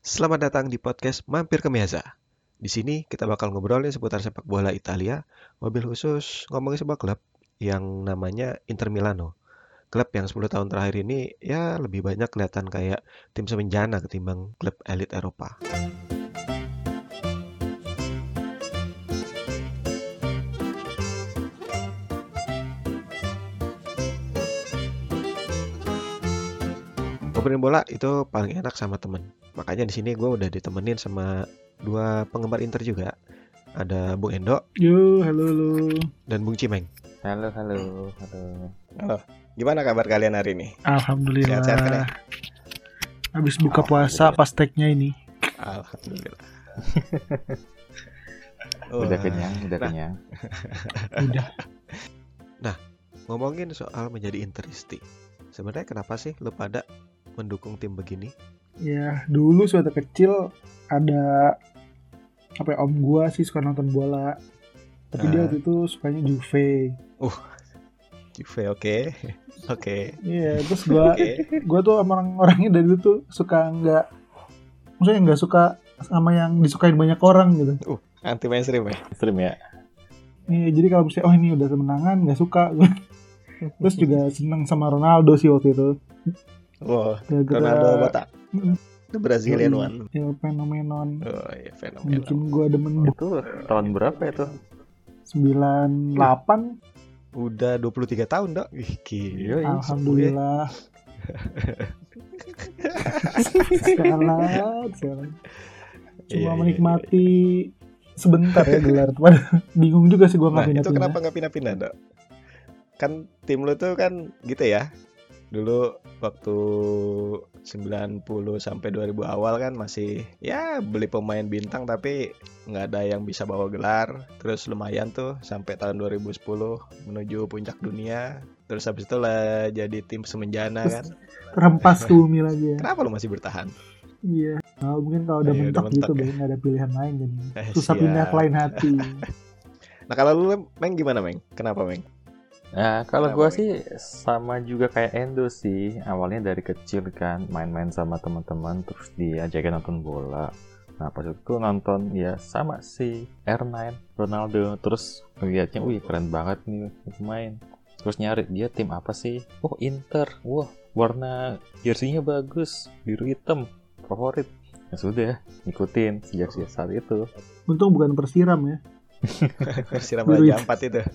Selamat datang di podcast Mampir ke Meazza. Di sini kita bakal ngobrolin seputar sepak bola Italia, mobil khusus ngomongin sebuah klub yang namanya Inter Milano. Klub yang 10 tahun terakhir ini ya lebih banyak kelihatan kayak tim semenjana ketimbang klub elit Eropa. Ngobrolin bola itu paling enak sama temen. Makanya di sini gue udah ditemenin sama dua penggemar Inter juga. Ada Bung Endo Yo, halo. dan Bung Cimeng. Halo. Halo, gimana kabar kalian hari ini? Alhamdulillah. Sehat-sehat kan ya? Habis buka puasa pas tag-nya ini. Alhamdulillah. Udah kenyang. Udah. Ngomongin soal menjadi Interisti. Sebenarnya kenapa sih lu pada mendukung tim begini? Ya, dulu suatu kecil ada om gua sih suka nonton bola. Tapi dia waktu itu sukanya Juve. Juve, oke. Iya, terus gua tuh emang orangnya dari dulu tuh suka maksudnya nggak suka sama yang disukain banyak orang gitu. Anti mainstream ya? Stream ya. Iya, jadi kalau misalnya ini udah kemenangan nggak suka. Terus juga seneng sama Ronaldo sih waktu itu. Wow, Gara-gara- Ronaldo botak. Mm. The Brazilian one. Ya, fenomenon. Oh iya, fenomenal. Bikin gua demen. Itu tahun berapa itu? 98. Udah 23 tahun, Dok. Ih, gila. Iya. Alhamdulillah. Sialan. Cuma Iya. menikmati sebentar ya gelar. Padahal bingung juga sih gue Nah, nggak itu kenapa nggak pindah-pindah, Dok? Kan tim lu tuh kan gitu ya. Dulu waktu 90 sampai 2000 awal kan masih ya beli pemain bintang tapi nggak ada yang bisa bawa gelar. Terus lumayan tuh sampai tahun 2010 menuju puncak dunia. Terus habis itu lah jadi tim semenjana kan. Rempas ke bumi lagi ya. Kenapa lu masih bertahan? Iya. Nah, mungkin kalau udah Iya, mentok udah gitu, mentok ya. nggak ada pilihan lain kan. Susah Siap. pindah ke lain hati. Nah kalau lu Meng gimana Meng? Kenapa Meng? Nah, kalau Kenapa, gua Meng? sih sama juga kayak Endo sih. Awalnya dari kecil kan main-main sama teman-teman terus diajakin nonton bola. Nah, pas itu nonton ya sama si R9 Ronaldo. Terus ngeliatnya, wih keren banget nih pemain. Terus nyari dia tim apa sih? Oh, Inter. Wah, warna jersey-nya bagus, biru hitam. Favorit. Ya sudah, ngikutin sejak saat itu. Untung bukan Persiram ya. Siram Biru Raja 4 itu.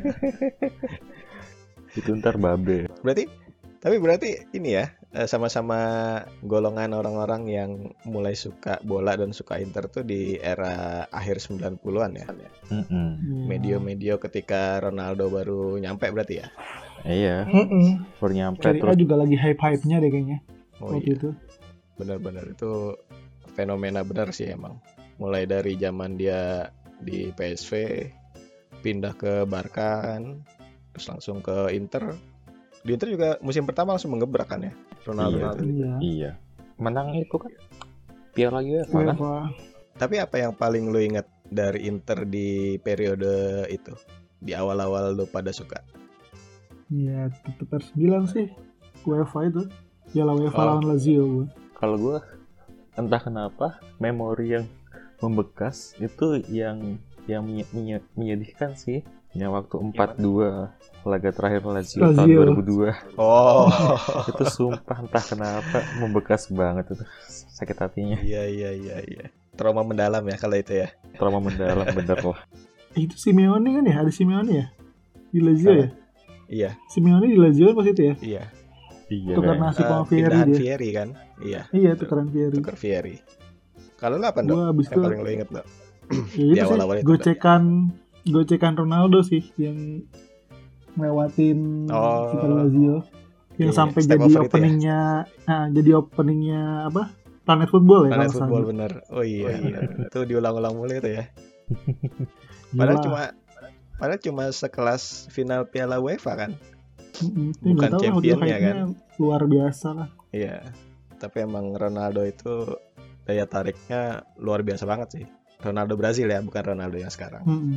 Itu ntar babe. Berarti ini ya sama-sama golongan orang-orang yang mulai suka bola dan suka Inter tuh di era akhir 90-an ya. Medio ketika Ronaldo baru nyampe berarti ya. Iya, Mm-mm. baru nyampe Serie A terus. juga lagi hype-hype-nya deh kayaknya Oh waktu iya, itu. benar-benar itu fenomena benar sih emang. Mulai dari zaman dia di PSV, pindah ke Barca kan, terus langsung ke Inter. Di Inter juga musim pertama langsung menggebrak kan ya, Ronaldo Iya. itu. Iya. Iya. Menang itu kan Piala UEFA kan? UEFA. Tapi apa yang paling lu ingat dari Inter di periode itu? Di awal-awal lu pada suka? Iya, tetep R9 sih. UEFA itu. Piala UEFA Oh. lawan Lazio gua. Kalau gue entah kenapa memori yang membekas itu yang menyedihkan sih. Yang waktu 4-2 laga terakhir Lazio tahun Lazio. 2002 Oh, itu sumpah entah kenapa membekas banget itu, sakit hatinya, iya. Trauma mendalam ya kalau itu ya. trauma mendalam bener lah. Itu Simeone kan ya? Ada Simeone ya? Di Lazio ya? Iya, Simeone di Lazio pas itu ya? iya. Iya Tukar kayaknya. nasib sama Vieri Pindahan dia. Vieri kan? Iya, Iya, tukeran Vieri. tukar Vieri. Kalau lu apa Dok? Gua abis Yang itu paling lu inget Dok? ya di itu awal-awal sih itu, gocekan Ronaldo sih yang ngelewatin Oh, kiper Lazio yang iya, sampai step jadi over itu ya? openingnya apa? Planet Football ya Planet kalau Football salah. bener. Oh iya, itu diulang-ulang mulu itu ya. Gila. Padahal cuma sekelas final Piala UEFA kan? Ini bukan nggak tahu lah, championnya hype-nya luar biasa lah. Iya. Tapi emang Ronaldo itu daya tariknya luar biasa banget sih. Ronaldo Brazil ya, bukan Ronaldo yang sekarang.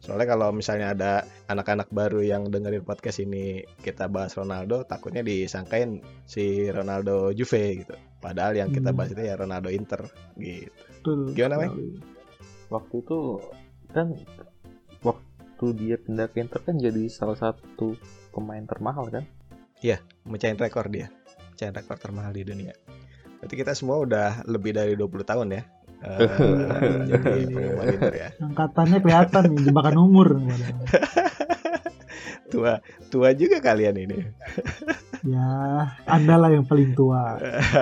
Soalnya kalau misalnya ada anak-anak baru yang dengerin podcast ini kita bahas Ronaldo, takutnya disangkain si Ronaldo Juve gitu. Padahal yang kita bahas itu ya Ronaldo Inter gitu. Betul. Gimana, Meng? Waktu itu kan waktu dia pindah ke Inter kan jadi salah satu pemain termahal kan? Iya, mecahin rekor dia. Mecahin rekor termahal di dunia. Berarti kita semua udah lebih dari 20 tahun ya. Jadi penggemar Inter ya. Angkatannya kelihatan nih, jebakan umur. Tua juga kalian ini. Ya, Anda lah yang paling tua.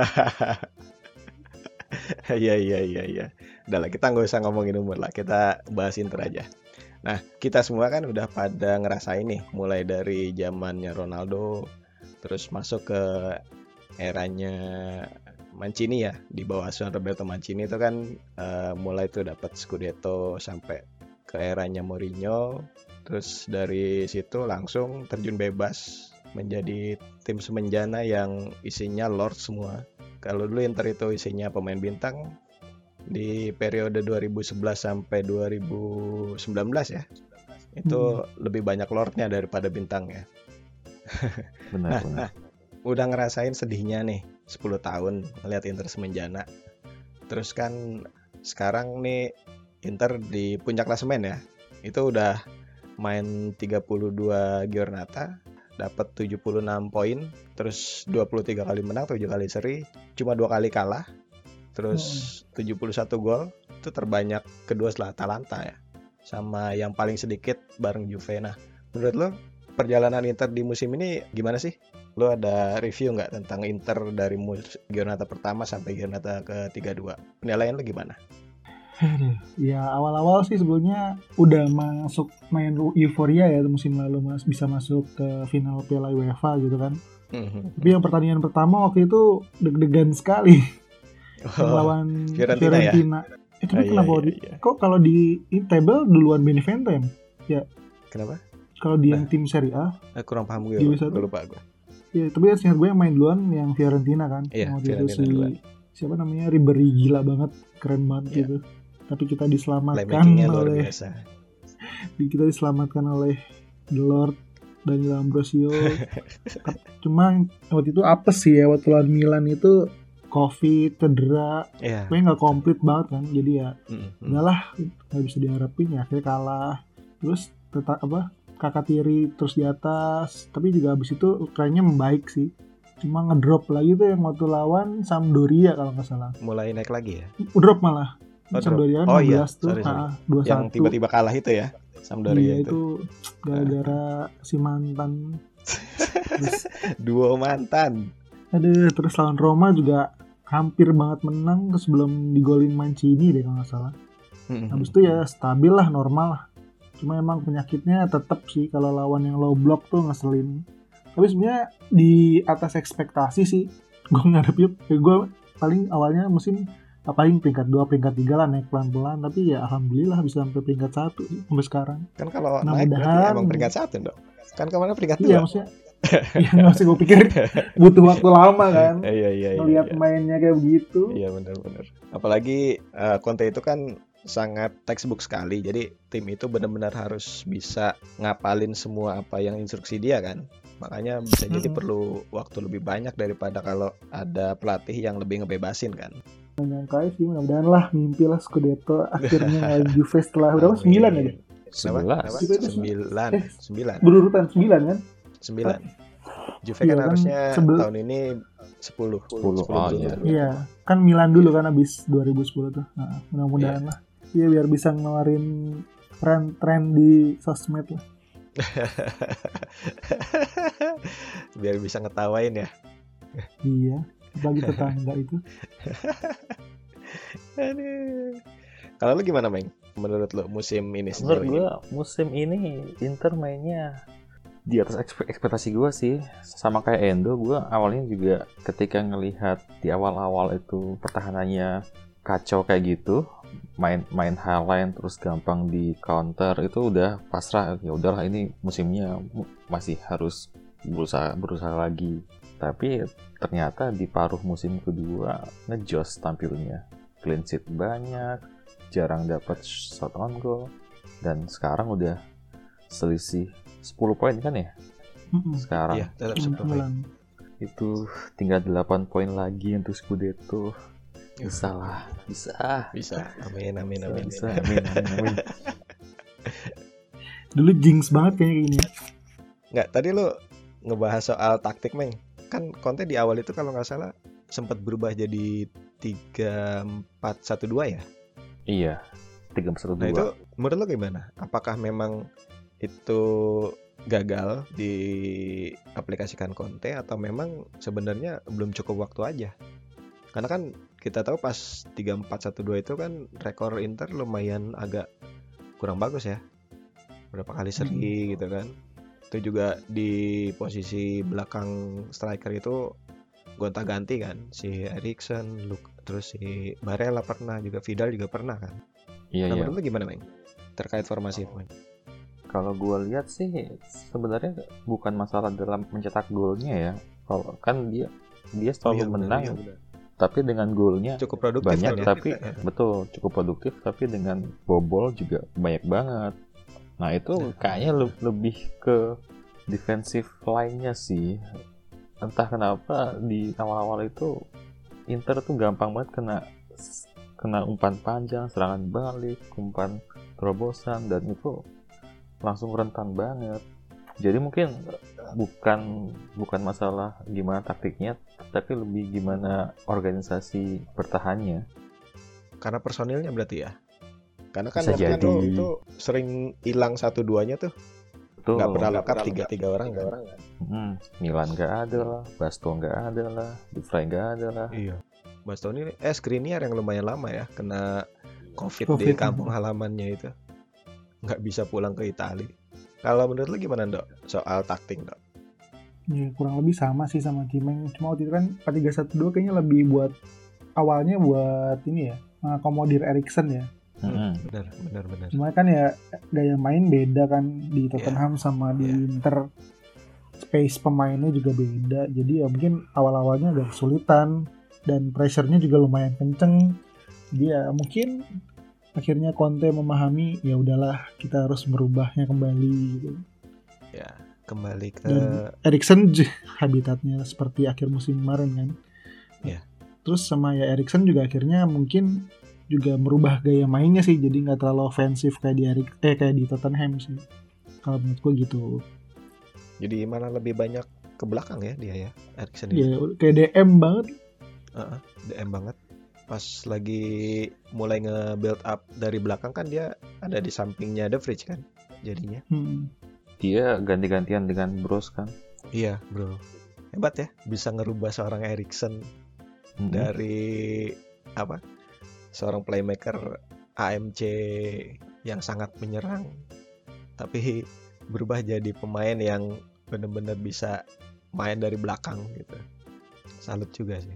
Iya. Udah lah, kita nggak usah ngomongin umur lah. Kita bahas Inter aja. Nah, kita semua kan udah pada ngerasain nih, mulai dari zamannya Ronaldo, terus masuk ke eranya Mancini ya, di bawah asuhan Roberto Mancini itu kan mulai tuh dapat Scudetto sampai ke eranya Mourinho. Terus dari situ langsung terjun bebas menjadi tim semenjana yang isinya lord semua. Kalau dulu Inter itu isinya pemain bintang, di periode 2011 sampai 2019 ya, itu lebih banyak lordnya daripada bintangnya. Benar. Nah, udah ngerasain sedihnya nih 10 tahun ngeliat Inter semenjana. Terus kan sekarang nih Inter di puncak klasemen ya. Itu udah main 32 giornata, dapat 76 poin, terus 23 kali menang, 7 kali seri, cuma 2 kali kalah. Terus 71 gol, itu terbanyak kedua setelah Atalanta ya. Sama yang paling sedikit bareng Juve. Nah, menurut lo perjalanan Inter di musim ini gimana sih? Lo ada review nggak tentang Inter dari giornata pertama sampai giornata ke-32? Penilaian lo gimana? Ya awal-awal sih sebelumnya udah masuk main euforia ya musim lalu, Mas, bisa masuk ke final Piala UEFA gitu kan. Tapi yang pertandingan pertama waktu itu deg-degan sekali. Yang lawan Fiorentina. Tapi kenapa kok kalau di table duluan Benevento ya? Kenapa? Kalau di yang tim Serie A kurang paham gue, lupa gue. Ya, tapi seingat gue yang main duluan yang Fiorentina kan. Iya, Fiorentina duluan. Siapa namanya, Ribéry, gila banget, keren banget gitu. Tapi kita diselamatkan oleh The Lord Danilo Ambrosio. Cuma waktu itu apes sih ya, waktu lawan Milan itu Covid, cedera, gue nggak komplit banget kan, jadi ya udahlah, nggak bisa diharapin ya, akhirnya kalah. Terus kakak tiri terus di atas, tapi juga abis itu kayaknya membaik sih. Cuma ngedrop lagi tuh yang waktu lawan Sampdoria kalau nggak salah. Mulai naik lagi ya? Drop malah. Sampdoria 16 tuh, 2-1. Yang tiba-tiba kalah itu ya, Sampdoria itu gara-gara si mantan. Duo mantan. Aduh, terus lawan Roma juga hampir banget menang, terus belum digolin Mancini deh kalau nggak salah. Habis itu ya stabil lah, normal lah. Cuma emang penyakitnya tetap sih kalau lawan yang low block tuh ngeselin. Tapi sebenarnya di atas ekspektasi sih. Gue ngarepnya, gue paling awalnya musim paling peringkat 2, peringkat 3 lah, naik pelan-pelan. Tapi ya alhamdulillah bisa sampai peringkat 1 sih sampai sekarang. Kan kalau naik berarti emang peringkat 1 dong. Kan kemana peringkat 2? Iya maksudnya. Ya nggak usah, gue pikir butuh waktu lama kan. Iya. Ngeliat mainnya kayak begitu. Iya benar. Apalagi Conte itu kan sangat textbook sekali. Jadi tim itu benar-benar harus bisa ngapalin semua apa yang instruksi dia kan. Makanya bisa jadi perlu waktu lebih banyak daripada kalau ada pelatih yang lebih ngebebasin kan. Nyangka sih, mudah-mudahan lah, mimpi lah Scudetto akhirnya Juve setelah berapa? 9 ya? 9. Berurutan 9 kan? 9. Juve kan harusnya tahun ini 10. Iya, kan Milan dulu kan habis 2010 tuh. Nah, mudah-mudahan lah. Iya, biar bisa ngeluarin tren di sosmed lah. Biar bisa ngetawain ya. Iya, apalagi tetangga itu. Kalau lu gimana, Meng? Menurut lu musim ini? Menurut gue musim ini Inter mainnya di atas ekspektasi gue sih. Sama kayak Endo, gue awalnya juga ketika ngelihat di awal-awal itu pertahanannya kacau kayak gitu, main highline terus gampang di counter, itu udah pasrah. Ya udahlah, ini musimnya masih harus berusaha lagi. Tapi ternyata di paruh musim kedua ngejos tampilnya, clean sheet banyak, jarang dapat shot on goal. Dan sekarang udah selisih 10 poin kan ya? Sekarang. Iya, tetap 10 poin. Itu tinggal 8 poin lagi untuk Scudetto. Bisa lah, bisa. Amin. Bisa. Amin. Dulu jinx banget kayaknya gini. Nggak, tadi lu ngebahas soal taktik, Meng. Kan Conte di awal itu kalau nggak salah sempat berubah jadi 3-4-1-2 ya? Iya, 3-4-1-2. Nah itu menurut lo gimana? Apakah memang itu gagal diaplikasikan Conte atau memang sebenarnya belum cukup waktu aja? Karena kan kita tahu pas 3-4-1-2 itu kan rekor Inter lumayan agak kurang bagus ya. Berapa kali seri gitu kan. Itu juga di posisi belakang striker itu gonta-ganti kan. Si Eriksen, terus si Barella pernah, juga Vidal juga pernah kan. Iya. Menurut lu gimana, Meng? Terkait formasi itu, Meng? Kalau gue lihat sih sebenarnya bukan masalah dalam mencetak golnya ya. Kalau kan dia selalu menang, tapi dengan golnya cukup produktif banyak, kan, tapi betul cukup produktif, tapi dengan bobol juga banyak banget. Nah itu kayaknya lebih ke defensive line-nya sih. Entah kenapa di awal-awal itu Inter tuh gampang banget kena umpan panjang, serangan balik, umpan terobosan, dan itu langsung rentan banget. Jadi mungkin bukan masalah gimana taktiknya, tapi lebih gimana organisasi bertahannya. Karena personilnya berarti ya. Karena kan Bisa waktu jadi. itu sering hilang 1-2-nya tuh. Betul. Nggak pernah lengkap 3 orang kan. Milan nggak ada lah, Basto nggak ada lah, De Vrij nggak ada lah. Iya. Bastoni Skriniar yang lumayan lama ya kena COVID di kampung halamannya itu. Nggak bisa pulang ke Italia. Kalau menurut lu gimana, Dok? Soal taktik, Dok? Ya kurang lebih sama sih sama Kimeng. Cuma waktu itu kan 4-3-1-2 kayaknya lebih buat awalnya buat ini ya, mengakomodir Eriksen ya. Benar. Cuma kan ya gaya main beda kan di Tottenham sama di Inter. Space pemainnya juga beda. Jadi ya mungkin awal-awalnya agak kesulitan dan pressure-nya juga lumayan kenceng. Jadi ya mungkin akhirnya Conte memahami ya udahlah kita harus merubahnya kembali gitu. Ya, kembali ke dan Eriksen habitatnya seperti akhir musim kemarin kan. Ya. Terus sama ya Eriksen juga akhirnya mungkin juga merubah gaya mainnya sih, jadi nggak terlalu ofensif kayak di Tottenham sih. Kalau menurutku gitu. Jadi mana lebih banyak ke belakang ya dia ya, Eriksen ya kayak DM banget. DM banget. Pas lagi mulai nge-build up dari belakang kan dia ada di sampingnya De Vrij kan jadinya. Dia ganti-gantian dengan Bros kan. Iya bro, hebat ya, bisa ngerubah seorang Eriksen dari seorang playmaker AMC yang sangat menyerang, tapi berubah jadi pemain yang benar-benar bisa main dari belakang gitu. Salut juga sih.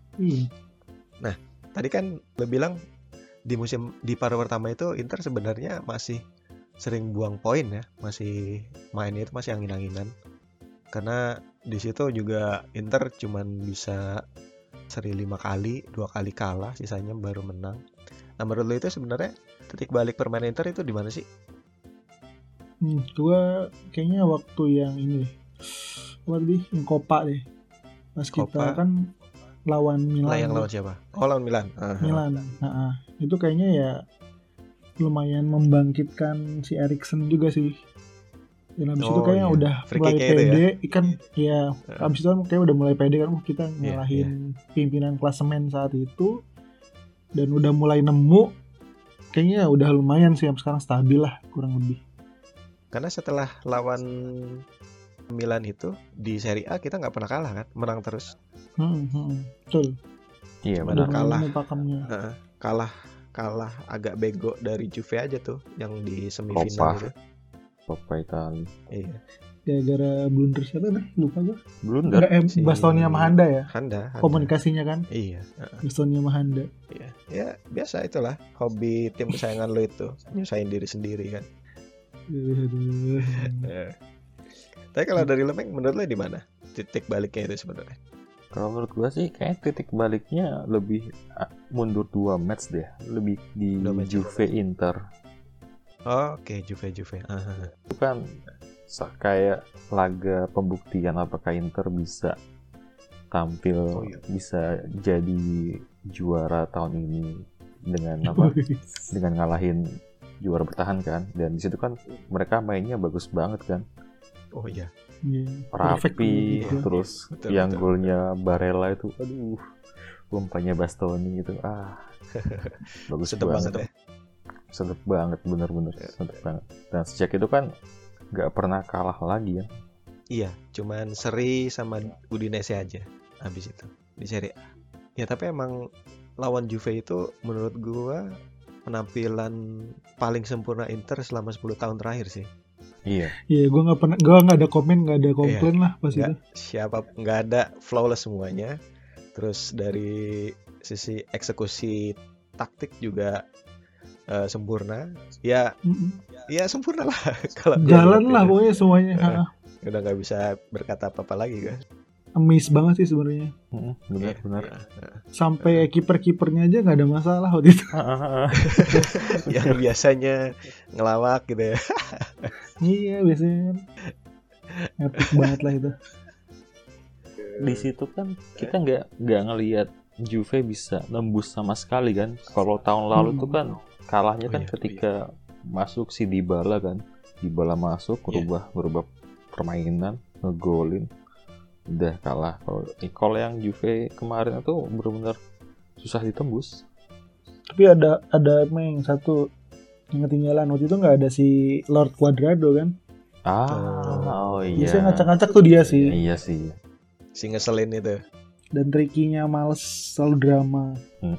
Nah, tadi kan lo bilang di paruh pertama itu Inter sebenarnya masih sering buang poin ya, masih mainnya itu masih angin-anginan. Karena di situ juga Inter cuman bisa seri 5 kali, 2 kali kalah, sisanya baru menang. Nah, menurut lo itu sebenarnya titik balik permainan Inter itu di mana sih? Gua kayaknya waktu yang ini yang Copa deh. Pas kita kan lawan Milan. Yang lawan siapa? Oh, lawan Milan. Milan. Itu kayaknya ya lumayan membangkitkan si Eriksen juga sih. Dan abis itu kayaknya udah mulai pede ya. Abis itu kan kayak udah mulai pede kan, kita ngalahin pimpinan klasemen saat itu dan udah mulai nemu, kayaknya udah lumayan sih, sekarang stabil lah kurang lebih. Karena setelah lawan Milan itu di Serie A kita nggak pernah kalah kan, menang terus. Betul. Iya benar. Kalah agak bego dari Juve aja tuh yang di semifinal itu. Coppa Italia. Iya. Gara-gara blunder siapa nih? Lupa gue. Blunder. Bastoni sama Handa ya. Handa. Komunikasinya kan. Iya. Bastoni sama Handa. Iya. Ya biasa itulah hobi tim kesayangan lo itu, nyusahin diri sendiri kan. Tapi kalau dari lo, menurut lo di mana titik baliknya itu sebenarnya? Kalau menurut gue sih kayak titik baliknya lebih mundur 2 match deh, lebih di Juve Inter. Oke, Juve. Itu kan kayak laga pembuktian apakah Inter bisa tampil, bisa jadi juara tahun ini dengan dengan ngalahin juara bertahan kan. Dan di situ kan mereka mainnya bagus banget kan. Oh iya. Rapi, terus betul, yang betul. golnya Barella itu, aduh, umpannya Bastoni itu, bagus Sedep banget ya. Sedep banget, bener-bener sedep banget. Dan sejak itu kan nggak pernah kalah lagi ya. Iya, cuman seri sama Udinese aja habis itu di Serie A. Ya tapi emang lawan Juve itu menurut gua penampilan paling sempurna Inter selama 10 tahun terakhir sih. Iya. Iya, gue nggak ada komen, nggak ada komplain lah pas itu. Nggak ada flawless semuanya. Terus dari sisi eksekusi taktik juga sempurna. Ya sempurna lah kalau jalan lah pokoknya semuanya. Udah nggak bisa berkata apa-apa lagi kan. Amazed banget sih sebenarnya. Benar. Sampai kiper-kipernya aja nggak ada masalah waktu itu. Yang biasanya ngelawak gitu ya. Iya, biasanya kan epic banget lah itu. Di situ kan kita nggak ngelihat Juve bisa nembus sama sekali kan. Kalau tahun lalu tuh kan kalahnya kan ketika masuk si Dybala kan. Dybala masuk berubah permainan, ngegolin, udah kalah. Kalau yang Juve kemarin itu benar-benar susah ditembus. Tapi ada yang satu yang ketinggalan waktu itu, nggak ada si Lord Cuadrado kan? Oh iya. Biasanya ngacak-ngacak tuh dia sih. Iya sih. Si ngeselin itu. Dan trikinya males, selalu drama.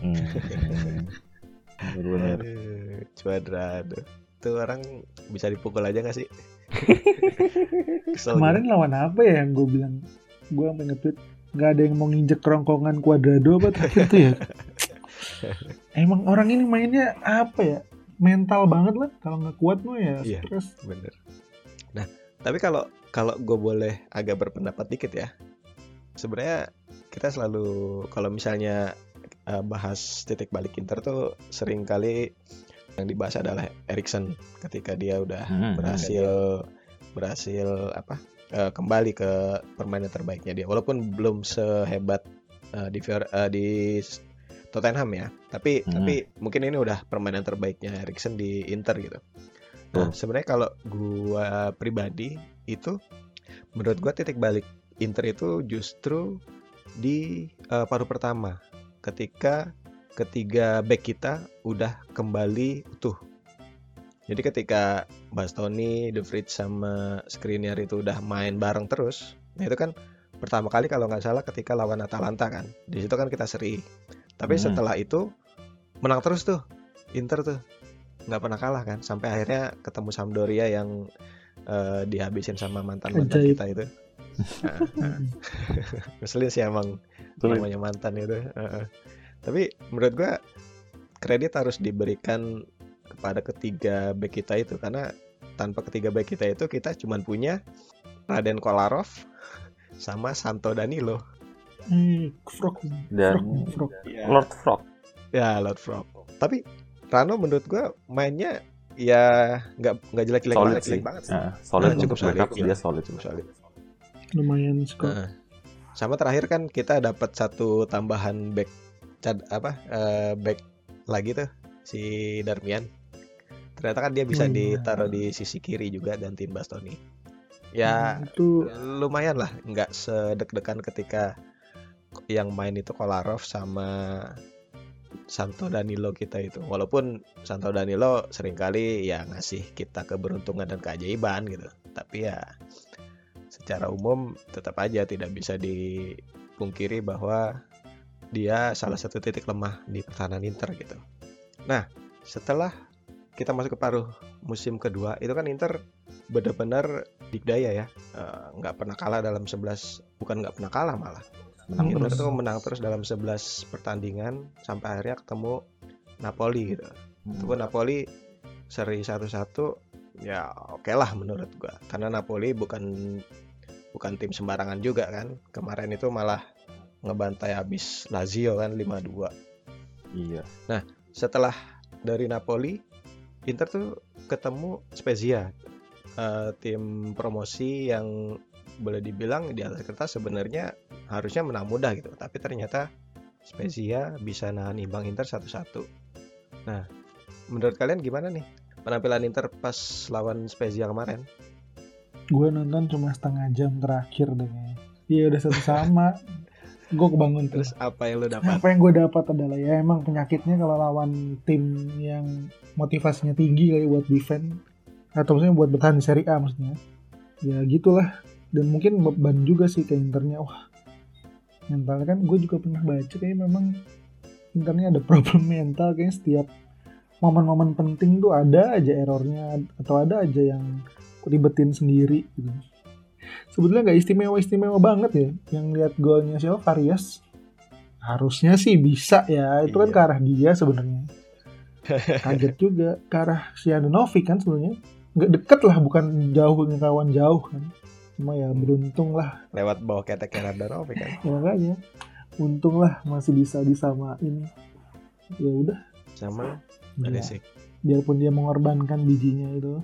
Benar. Cuadrado. Itu orang bisa dipukul aja nggak sih? Kemarin lawan apa ya yang gue bilang? Gue sampai nge-tweet nggak ada yang mau nginjek kerongkongan Cuadrado apa terakhir tuh ya. Emang orang ini mainnya apa ya? Mental banget lah. Kalau nggak kuat mah ya stres. Iya, bener. Nah, tapi kalau gue boleh agak berpendapat dikit ya. Sebenarnya kita selalu kalau misalnya bahas titik balik Inter tuh sering kali yang dibahas adalah Eriksen ketika dia udah berhasil kembali ke permainan terbaiknya dia, walaupun belum sehebat di Tottenham ya, tapi mungkin ini udah permainan terbaiknya Eriksen di Inter gitu. Nah, sebenarnya kalau gua pribadi itu menurut gua titik balik Inter itu justru di paruh pertama ketika ketiga back kita udah kembali utuh. Jadi ketika Bastoni, De Vrij sama Skriniar itu udah main bareng terus, nah itu kan pertama kali kalau nggak salah ketika lawan Atalanta kan. Di situ kan kita seri. Tapi setelah itu menang terus tuh Inter tuh, nggak pernah kalah kan, sampai akhirnya ketemu Sampdoria yang dihabisin sama mantan kita itu. Ngeselin sih emang namanya mantan itu. Tapi menurut gua kredit harus diberikan kepada ketiga back kita itu, karena tanpa ketiga back kita itu kita cuma punya Raden Kolarov sama Santo Danilo. Dan Lord Frog. Ya, Lord Frog. Tapi Rano menurut gua mainnya ya nggak jelek-jelek banget sih. Solid, cukup backup dia solid. Lumayan suka. Sama terakhir kan kita dapat satu tambahan back back lagi tuh si Darmian. Ternyata kan dia bisa ditaruh di sisi kiri juga gantiin Bastoni. Ya itu lumayan lah, nggak sedek-dekan ketika yang main itu Kolarov sama Santo Danilo kita itu. Walaupun Santo Danilo seringkali ya ngasih kita keberuntungan dan keajaiban gitu. Tapi ya secara umum tetap aja tidak bisa dipungkiri bahwa dia salah satu titik lemah di pertahanan Inter gitu. Nah, setelah kita masuk ke paruh musim kedua, itu kan Inter benar-benar dikdaya ya. Nggak pernah kalah dalam 11, bukan nggak pernah kalah malah. Inter tuh menang terus dalam 11 pertandingan sampai akhirnya ketemu Napoli gitu. Itu pun Napoli seri 1-1 ya oke lah menurut gua. Karena Napoli bukan tim sembarangan juga kan. Kemarin itu malah ngebantai habis Lazio kan 5-2. Iya. Nah, setelah dari Napoli, Inter tuh ketemu Spezia, tim promosi yang boleh dibilang di atas kertas sebenarnya harusnya menang mudah gitu, tapi ternyata Spezia bisa nahan imbang Inter 1-1. Nah, menurut kalian gimana nih penampilan Inter pas lawan Spezia kemarin? Gue nonton cuma setengah jam terakhir deh kayaknya. Iya udah 1-1. Gue kebangun tuh. Terus apa yang lo dapat? Apa yang gue dapat adalah ya emang penyakitnya kalau lawan tim yang motivasinya tinggi kali buat defense atau maksudnya buat bertahan di Serie A maksudnya. Ya gitulah. Dan mungkin beban juga sih ke Internya. Wah, mentalnya kan gue juga pernah baca kayak memang Internya ada problem mental, kayaknya setiap momen-momen penting tuh ada aja errornya atau ada aja yang ribetin sendiri gitu. Sebetulnya nggak istimewa banget ya. Yang lihat golnya siapa, Varias, harusnya sih bisa ya, itu kan ke arah dia sebenarnya. Kaget juga ke arah si Handanovic kan sebenarnya, nggak deket lah, bukan jauh kawan jauh kan, cuma ya beruntung lah lewat bawah keteknya Handanovic kan. ya makanya untung lah masih bisa disamain. Ya udah sama ya, sih. Biarpun dia mengorbankan bijinya itu.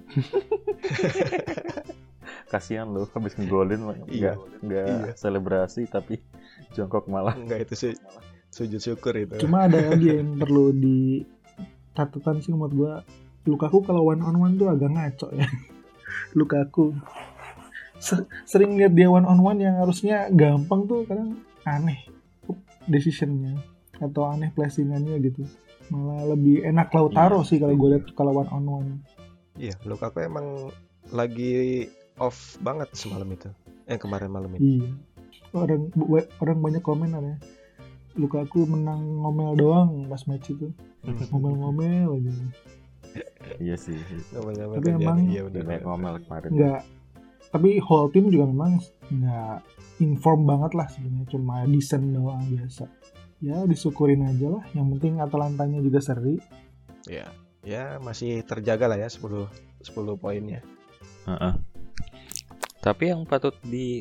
Kasihan loh habis ngegolin nggak selebrasi tapi jongkok malah. Enggak, itu sih sujud syukur itu. Cuma ada lagi yang perlu di catatan sih menurut gua, Lukaku kalau one on one tuh agak ngaco ya. Lukaku sering lihat dia one on one yang harusnya gampang tuh kadang aneh decisionnya atau aneh placingannya gitu. Malah lebih enak Lautaro sih kalau gue lihat kalau one on one. Iya, Lukaku emang lagi off banget semalam itu. Kemarin malam ini. Iya. Orang banyak komen ya. Lukaku menang ngomel doang pas match itu. Ngomel-ngomel aja. Iya sih. Ngomel-ngomel tapi emang ngomel kemarin. Enggak. Tapi whole team juga memang enggak inform banget lah sebenarnya, cuma decent doang biasa. Ya disyukurin aja lah. Yang penting Atalantanya juga seri. Ya, ya masih terjaga lah ya 10 poinnya. Tapi yang patut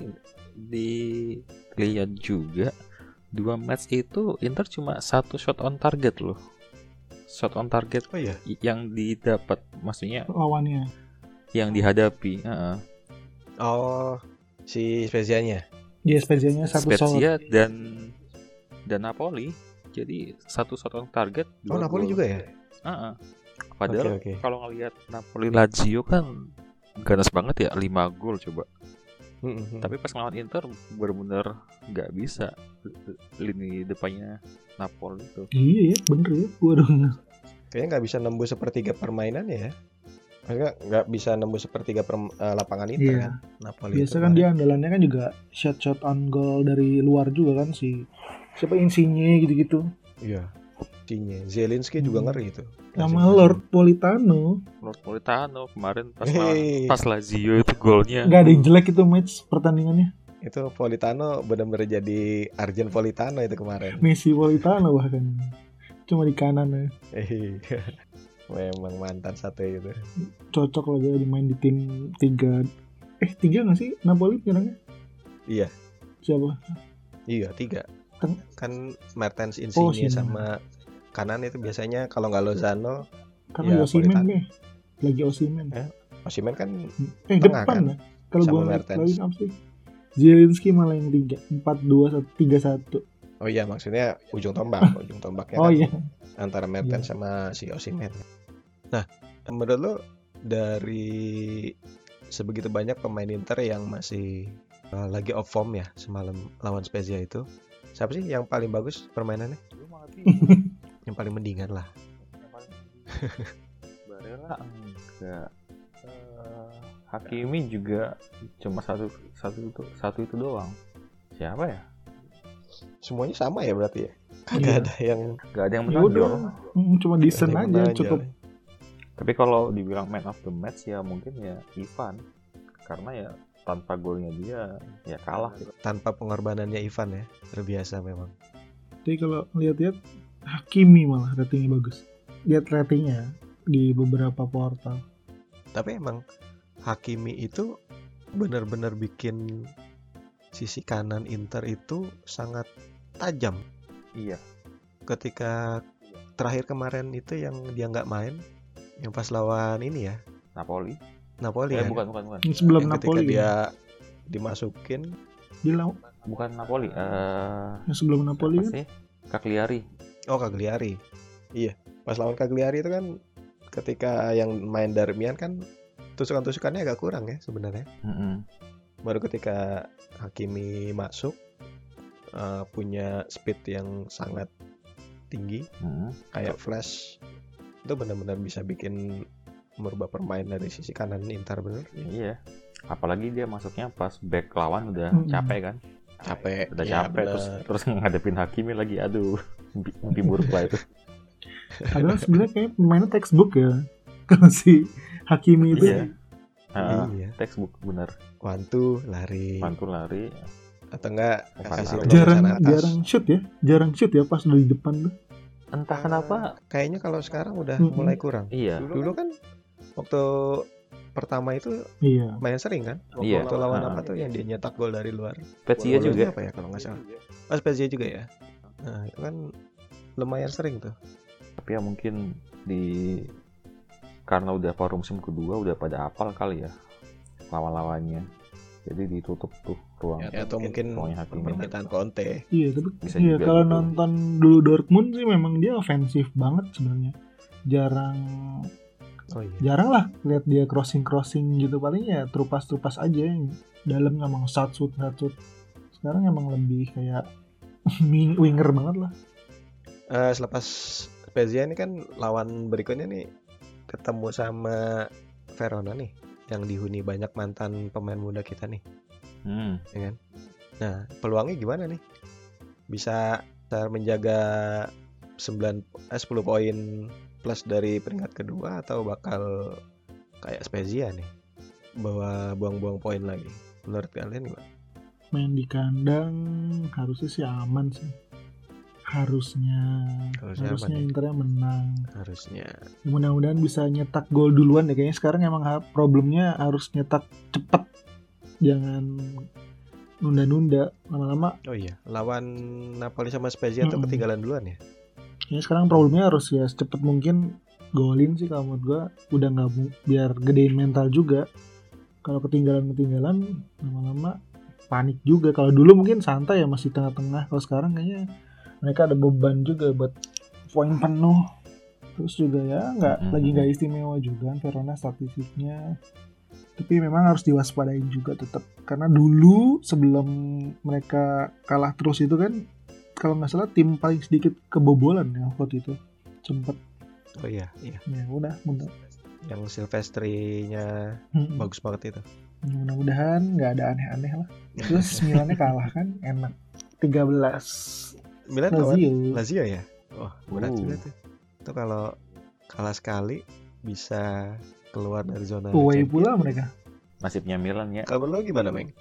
dilihat juga, 2 match itu Inter cuma 1 shot on target loh. Shot on target yang didapat, maksudnya lawannya yang dihadapi. Oh, si Spezianya. Dia Spezianya 1 Spezia dan Napoli. Jadi 1 shot on target. Oh, Napoli juga ya? Padahal kalau ngelihat Napoli Lazio kan ganas banget ya, 5 gol coba. Tapi pas ngelawan Inter benar-benar nggak bisa lini depannya Napoli itu. Iya ya, bener ya. Kayaknya nggak bisa nembus sepertiga permainannya ya. Maksudnya nggak bisa nembus sepertiga lapangan Inter kan. Napoli biasa kan dia andalannya kan juga shot on goal dari luar juga kan, si siapa Insigne gitu-gitu. Iya. Insigne, Zielinski juga ngeri itu. Sama Lord Politano kemarin pas Lazio itu golnya. Nggak ada yang jelek itu match pertandingannya. Itu Politano benar-benar jadi Arjen Politano itu kemarin. Messi Politano bahkan. Cuma di kanan ya. Memang mantan satu itu. Cocok lah dia dimain di tim 3 nggak sih Napoli nyerangnya? Iya. Siapa? Iya 3. Kan Mertens, Insigne sama kanan itu biasanya kalau nggak Lozano. Karena ya, Osimhen nih. Lagi Osimhen. Osimhen kan depan kan? Ya. Kalau gue Mertens apa sih? Zielinski malah yang 4-2-3-1. Oh iya, maksudnya ujung tombaknya kan iya. Antara Mertens sama si Osimhen. Nah, menurut lo dari sebegitu banyak pemain Inter yang masih lagi off form ya semalam lawan Spezia itu, siapa sih yang paling bagus permainannya? Yang paling mendingan lah. Barella enggak. Hakimi juga cuma satu itu doang. Siapa ya? Semuanya sama ya berarti ya? Gak ada yang menonjol. Cuma decent aja cukup. Tapi kalau dibilang man of the match ya mungkin ya Ivan. Karena ya tanpa golnya dia ya kalah gitu. Tanpa pengorbanannya Ivan ya, terbiasa memang. Jadi kalau lihat-lihat Hakimi malah ratingnya bagus. Lihat ratingnya di beberapa portal. Tapi emang Hakimi itu benar-benar bikin sisi kanan Inter itu sangat tajam. Iya. Ketika terakhir kemarin itu yang dia nggak main, yang pas lawan ini ya, Napoli. Kan? Bukan. Ini sebelum Yang ketika Napoli dia ya. dimasukin. Bukan Napoli. Yang sebelum Napoli apa kan? sih? Cagliari. Oh, Cagliari. Iya, pas lawan Cagliari itu kan ketika yang main Darmian kan tusukan-tusukannya agak kurang ya sebenarnya. Baru ketika Hakimi masuk punya speed yang sangat tinggi, kayak flash, itu benar-benar bisa bikin merubah permainan dari sisi kanan Inter bener. Iya. Apalagi dia masuknya pas back lawan udah capek kan? Udah ya, capek terus ngadepin Hakimi lagi, aduh, mimpi buruk lah itu. Padahal sebenarnya kayak pemainnya textbook ya, kalau si Hakimi itu. Iya. Textbook bener. Wantu lari. Atau enggak kasih jarang shoot ya pas dari depan tuh. Entah kenapa. Kayaknya kalau sekarang udah mulai kurang. Iya. Dulu kan waktu pertama itu main sering kan? Waktu lawan apa tuh yang dia nyetak gol dari luar? Spezia juga. Apa ya kalau nggak salah? Spezia juga ya. Nah itu kan lumayan sering tuh. Tapi ya mungkin karena udah paruh musim kedua udah pada apal kali ya lawan-lawannya. Jadi ditutup tuh ruang. Ya, atau mungkin permintaan Conte. Iya, tapi kalau nonton dulu Dortmund sih memang dia ofensif banget sebenarnya. Jarang lah lihat dia crossing gitu, paling ya trupas aja yang dalam nggak mau shot. Sekarang emang lebih kayak winger banget lah. Selepas Spezia ini kan lawan berikutnya nih ketemu sama Verona nih yang dihuni banyak mantan pemain muda kita nih. Ya kan? Nah, peluangnya gimana nih? Bisa menjaga 10 poin plus dari peringkat kedua atau bakal kayak Spezia nih bawa buang-buang poin lagi? Menurut kalian gimana? Main di kandang harusnya sih aman sih. Harusnya Internya menang. Harusnya. Mudah-mudahan bisa nyetak gol duluan deh. Kayaknya sekarang emang problemnya harus nyetak cepet. Jangan nunda-nunda lama-lama. Oh iya, lawan Napoli sama Spezia tuh ketinggalan duluan ya? Ya sekarang problemnya harus ya secepat mungkin golin sih kalau menurut gua. Udah nggak biar gedein mental juga. Kalau ketinggalan lama-lama panik juga. Kalau dulu mungkin santai ya masih tengah-tengah. Kalau sekarang kayaknya mereka ada beban juga buat poin penuh. Terus juga ya nggak istimewa juga Verona statistiknya. Tapi memang harus diwaspadain juga tetap. Karena dulu sebelum mereka kalah terus itu kan, kalau nggak salah tim paling sedikit kebobolan ya waktu itu. Sempet. Oh iya. Ya udah. Yang Silvestri-nya bagus banget itu. Mudah-mudahan nggak ada aneh-aneh lah. Terus Milannya kalah kan, enak. 13. Milan Lazio ya? Oh, berat juga tuh. Itu kalau kalah sekali bisa keluar dari zona away pula mereka. Nasibnya Milan ya. Kalau lo gimana, Meng?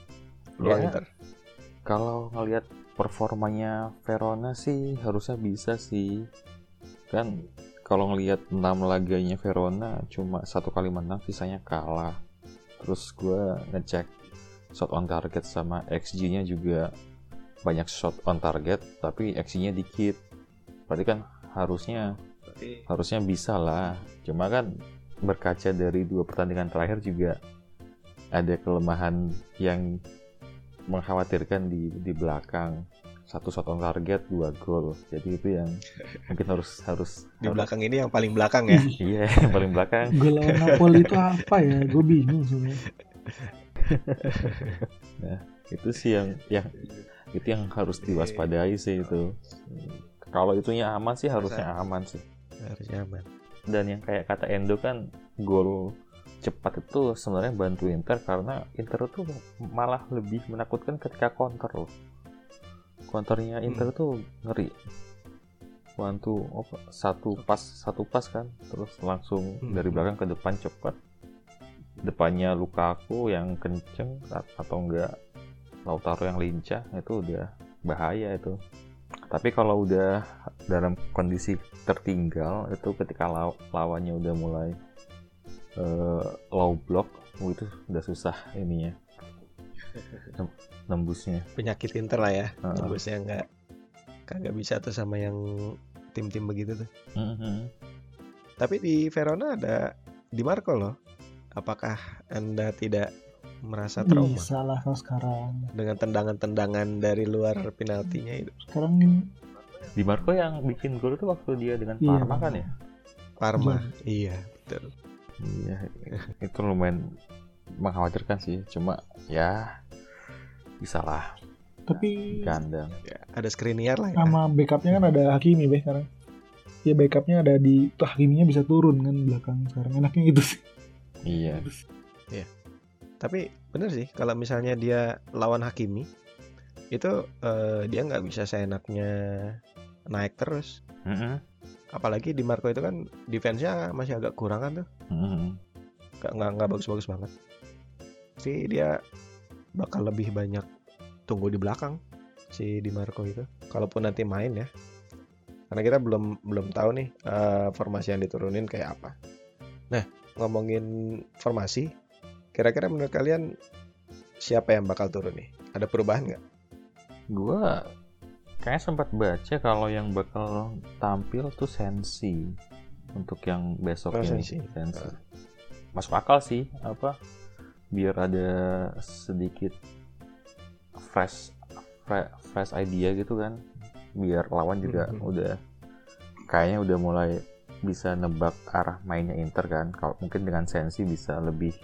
Kalau ngelihat performanya Verona sih harusnya bisa sih. Kan kalau ngelihat 6 laganya Verona cuma 1 kali menang, sisanya kalah. Terus gue ngecek shot on target sama XG-nya juga banyak shot on target tapi XG-nya dikit. Berarti kan harusnya bisa lah. Cuma kan berkaca dari 2 pertandingan terakhir juga ada kelemahan yang mengkhawatirkan di belakang. 1 shot on target, 2 gol. Jadi itu yang mungkin harus di belakang ini yang paling belakang ya. Iya, yang paling belakang. Gol lawan Napoli itu apa ya? Gue bingung sebenarnya. Nah, itu sih yang harus diwaspadai sih itu. Kalau itunya aman sih harusnya aman sih. Harusnya aman. Dan yang kayak kata Endo kan, gol cepat itu sebenarnya bantu Inter karena Inter tuh malah lebih menakutkan ketika counter loh. Counternya Inter tuh ngeri. Satu pas kan, terus langsung dari belakang ke depan cepat. Depannya Lukaku yang kenceng atau enggak Lautaro yang lincah, itu udah bahaya itu. Tapi kalau udah dalam kondisi tertinggal, itu ketika lawannya udah mulai low block, itu udah susah ininya nembusnya. Penyakit Inter lah ya, nembusnya kagak bisa tuh sama yang tim-tim begitu tuh. Tapi di Verona ada Di Marco loh, apakah Anda tidak merasa trauma Bisa lah kalau sekarang. dengan tendangan-tendangan dari luar penaltinya itu? Sekarang ini Di Marco yang bikin gol itu waktu dia dengan Iya, Parma kan ya? Parma, iya betul. Iya, itu lumayan mengkhawatirkan sih. Cuma ya bisa lah, tapi gandang. Ya, ada Skriniar lah ya. sama backupnya kan ada Hakimi sekarang. Ya backupnya ada di tuh, Hakiminya bisa turun kan belakang sekarang, enaknya gitu sih. Iya. Tapi bener sih kalau misalnya dia lawan Hakimi itu dia nggak bisa seenaknya naik terus. Mm-mm. Apalagi di Marco itu kan defense-nya masih agak kurangan tuh. Mm-mm. Nggak bagus-bagus banget. Sih dia bakal lebih banyak tunggu di belakang si Di Marco itu. Kalaupun nanti main ya. Karena kita belum tahu nih formasi yang diturunin kayak apa. Nah, ngomongin formasi, kira-kira menurut kalian siapa yang bakal turun nih? Ada perubahan nggak? Gua kayak sempat baca kalau yang bakal tampil tuh Sensi untuk yang besok ini. Sensi. Masuk akal sih, biar ada sedikit fresh idea gitu kan, biar lawan juga udah kayaknya udah mulai bisa nebak arah mainnya Inter kan. Kalau mungkin dengan Sensi bisa lebih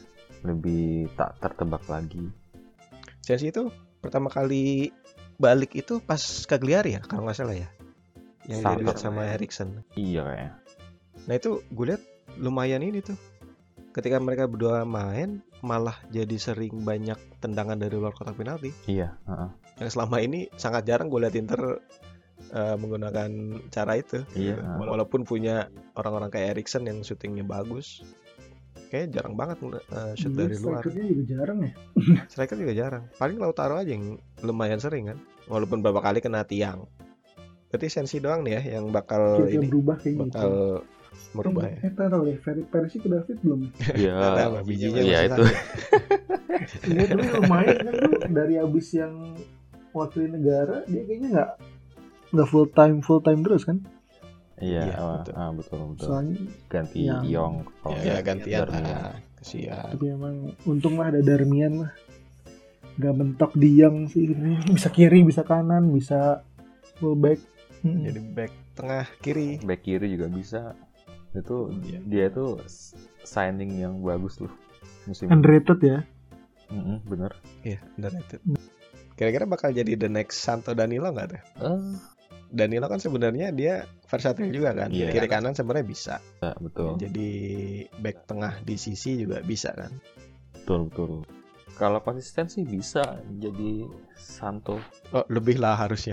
tak tertebak lagi. Sensi itu pertama kali balik itu pas Cagliari ya kalau nggak salah ya, yang dia duet sama Eriksen. Iya kayaknya. Nah itu gue lihat lumayan ini tuh, ketika mereka berdua main malah jadi sering banyak tendangan dari luar kotak penalti. Iya. Yang selama ini sangat jarang gue lihat Inter menggunakan cara itu. Iya. Walaupun punya orang-orang kayak Eriksen yang syutingnya bagus, kayaknya jarang banget shoot dari luar. Strikernya juga jarang ya. Striker juga jarang. Paling Lautaro aja yang lumayan sering kan. Walaupun beberapa kali kena tiang. Berarti Sensi doang nih ya yang bakal Kira-kira ini berubah kayak bakal merubah ya. Tahu deh, Perisic udah fit belum ya? Iya. Nah, bijinya Iya masih itu. sakit. Iya, tapi lumayan kan tuh dari abis yang wakili negara dia kayaknya nggak full time terus kan? Iya, betul. betul. Soalnya Ganti yang- Yong. Ya gantian Darmian. lah. Kesian. tapi emang untung lah ada Darmian lah, nggak mentok Diang sih, bisa kiri bisa kanan bisa full back. Jadi back tengah kiri. Back kiri juga bisa. Itu dia itu signing yang bagus loh musim ini. Underrated ya. Bener. Iya, underrated. Kira-kira bakal jadi the next Santo Danilo nggak tuh? Danilo kan sebenarnya dia versatile juga kan. Iya. Kiri kanan sebenarnya bisa. Betul. Jadi back tengah di sisi juga bisa kan. Betul. Kalau konsisten sih bisa jadi Santo. Oh, lebih lah harusnya.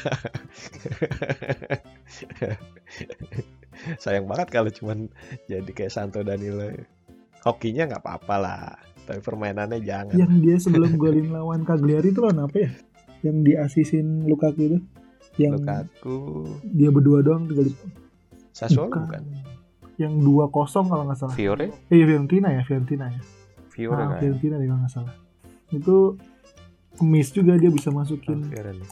Sayang banget kalau cuman jadi kayak Santo Danilo. Hokinya nggak apa-apa lah, tapi permainannya jangan. Yang dia sebelum golin lawan Cagliari itu lawan apa ya? Yang diasisin Lukaku itu? Yang Lukaku, dia berdua doang tinggal Sassuolo bukan? Yang 2-0 kalau nggak salah. Fiore Fiorentina ya. kan. Fiorentina deh kalau nggak salah. Itu miss juga dia bisa masukin. Fiorani.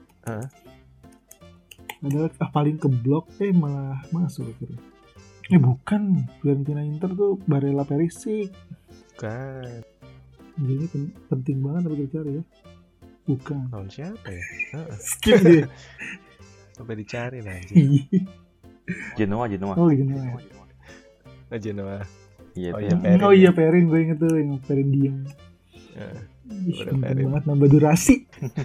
Padahal paling ke blok malah masuk akhirnya. Bukan, Fiorentina Inter tuh Barella Perisic. Bukan. Jadi penting banget harus dicari ya. Bukan. Tahun siapa ya? Skip deh. Sampai dicari nanti. Genoa. Oh Genoa ya. Genoa. Iya, Oh, itu iya, yang- Perin. Oh iya Perin, gue inget tuh yang Perin Dieng. Udah Penting Perin. banget nambah durasi.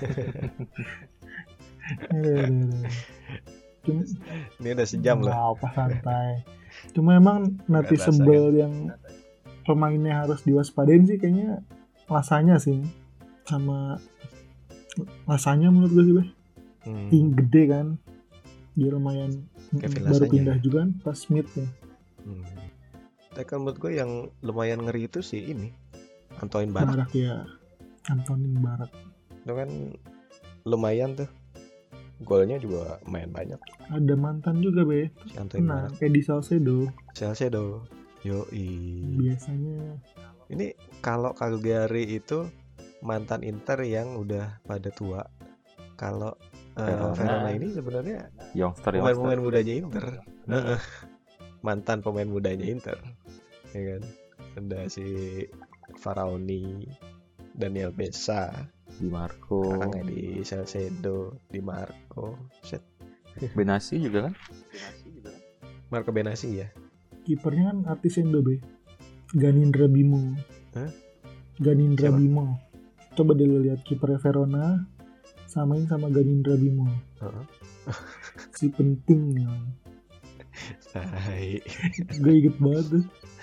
Aduh. Cuma Ini udah sejam loh. nggak apa santai. Cuma emang noticeable yang pemainnya harus diwaspadain sih kayaknya Lasanya sih. Sama Lasanya menurut gue sih tinggi gede kan. Dia lumayan Kevin baru Lasagna pindah ya? juga kan pas Smith ya. Tapi kalau menurut gue yang lumayan ngeri itu sih ini Antoine Barak. Barak ya. Antonin Barak. Itu kan lumayan tuh. Golnya juga lumayan banyak. Ada mantan juga be. Si Antoine Nah, Barak. Edi Salcedo Salcedo. Yoi. biasanya Ini kalau Cagliari itu mantan Inter yang udah pada tua. Kalau Verona ini sebenarnya youngster. pemain mudanya Inter. Mantan pemain mudanya Inter. Ya kan? Ada si Faraoni, Daniel Bessa, Di Marco, orangnya di Salcedo, Di Marco, set. Benassi juga kan? Marco Benassi ya. Kipernya kan artis Indo be, Ganindra Bimo. Hah? Ganindra Siapa? Bimo. Coba deh lu lihat kipernya Verona, samain sama Ganindra Bimo. Heeh. Si penting ya. Hai. Gue inget banget tuh.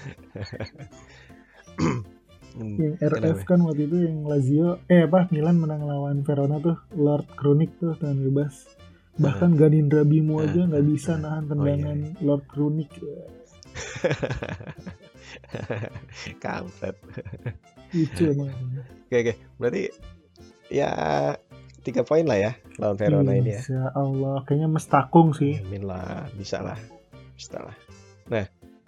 Yang RF Kenapa? kan waktu itu yang Lazio Milan menang lawan Verona tuh, Lord Krunic tuh tendangan bebas. Bahkan Ganindra Bimo aja nggak bisa nahan tendangan Lord Krunic. Kampret. Lucu emang. Oke. Berarti ya 3 poin lah ya lawan Verona ini ya. Insya Allah, kayaknya mestakung sih. Amin lah, bisa lah. Nah,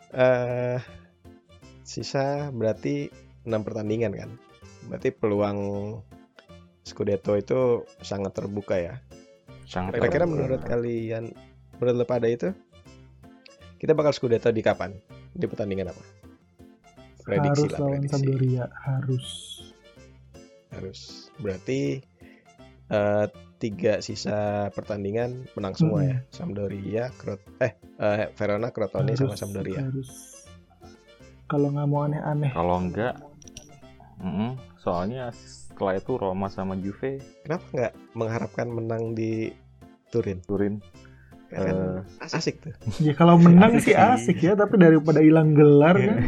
sisa berarti 6 pertandingan kan. Berarti peluang Scudetto itu sangat terbuka ya. Sangat Kira-kira terbuka. menurut kalian, menurut lo pada itu, kita bakal Scudetto di kapan? Di pertandingan apa? Harus lawan Sampdoria, harus. Berarti 3 sisa pertandingan menang semua ya. Sampdoria, Verona, Crotone sama Sampdoria. Harus. Kalau nggak mau aneh-aneh. Kalau enggak, soalnya setelah itu Roma sama Juve. Kenapa nggak mengharapkan menang di Turin? Kan asik tuh. Ya kalau menang Asik sih sih. asik ya, tapi daripada hilang gelar kan.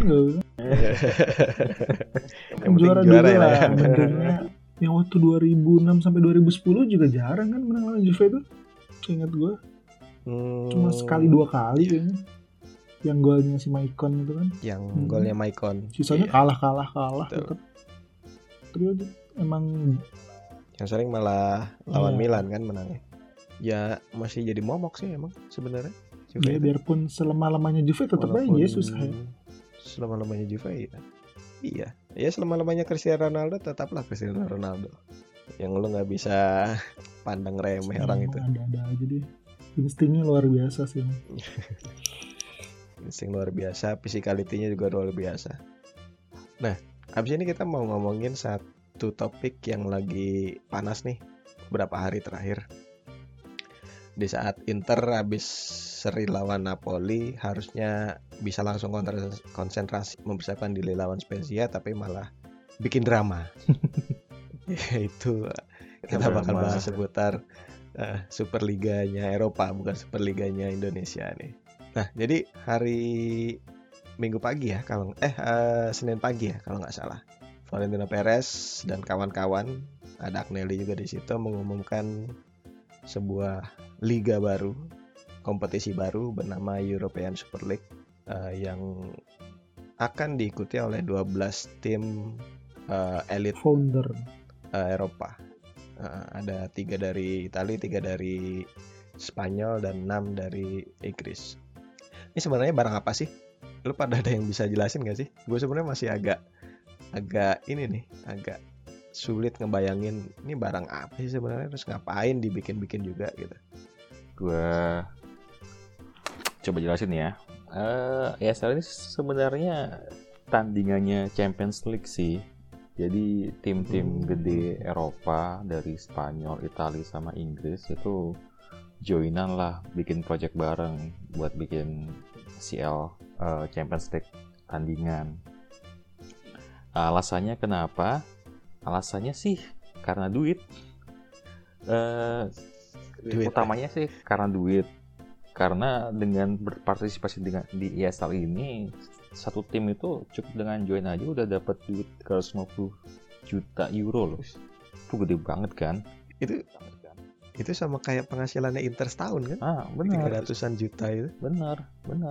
Yang penting Juara juara juga ya. lah. Mendingnya yang waktu 2006 sampai 2010 juga jarang kan menang lawan Juve itu. Ingat gue. Cuma sekali 2 kali kayaknya. Yang golnya si Maicon itu kan. Yang golnya Maicon. Sisanya Iya. kalah Betul. tetap. Terus emang Yang sering malah lawan Iya. Milan kan menangnya. Ya masih jadi momok sih emang sebenarnya. Juve ya itu. biarpun selama-lamanya Juve tetap aja Walaupun susah ya. Selama-lamanya Juve ya. Iya. Ya selama-lamanya Cristiano Ronaldo tetaplah Cristiano Ronaldo. Yang lu nggak bisa pandang remeh orang itu. Ada aja deh. Instingnya luar biasa sih. Insting luar biasa, physicality-nya juga luar biasa. Nah, abis ini kita mau ngomongin satu topik yang lagi panas nih beberapa hari terakhir. Di saat Inter habis seri lawan Napoli, harusnya bisa langsung konsentrasi mempersiapkan diri lawan Spezia, tapi malah bikin drama. Itu kita bakal bahas seputar Superliganya Eropa, bukan Superliganya Indonesia nih. Nah, jadi hari Minggu pagi ya, Senin pagi ya kalau nggak salah, Florentino Perez dan kawan-kawan, ada Agnelli juga di situ, mengumumkan sebuah liga baru, kompetisi baru bernama European Super League yang akan diikuti oleh 12 tim elite Founder Eropa. Ada 3 dari Italia, 3 dari Spanyol, dan 6 dari Inggris. Ini sebenarnya barang apa sih? Lu pada ada yang bisa jelasin gak sih? Gue sebenarnya masih agak sulit ngebayangin ini barang apa sih sebenarnya, terus ngapain dibikin-bikin juga gitu. Gue coba jelasin ya. ESL ini sebenarnya tandingannya Champions League sih. Jadi tim-tim gede Eropa dari Spanyol, Italia sama Inggris itu joinan lah, bikin project bareng buat bikin CL Champions League tandingan. Alasannya kenapa? Alasannya sih karena duit. Utamanya sih karena duit. Karena dengan berpartisipasi di ESL ini, satu tim itu cukup dengan join aja udah dapat duit 350 juta euro loh. Itu gede banget kan? Itu sama kayak penghasilannya Inter setahun kan? Benar. 300-an juta itu. Benar.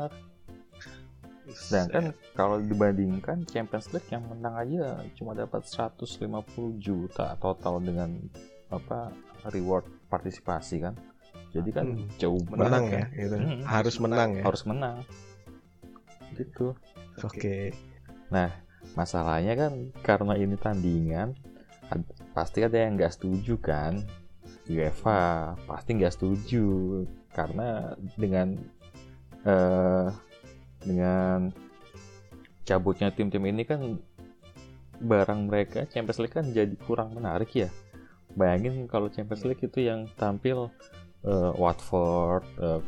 Sedangkan kalau dibandingkan Champions League yang menang aja cuma dapat 150 juta total dengan reward partisipasi kan. Jadi kan jauh menang banget ya, kan? gitu. Harus menang ya. Harus menang. Gitu. Oke. Nah, masalahnya kan karena ini tandingan, pasti ada yang nggak setuju kan. UEFA pasti nggak setuju karena dengan cabutnya tim-tim ini kan barang mereka Champions League kan jadi kurang menarik ya. Bayangin kalau Champions League itu yang tampil Watford,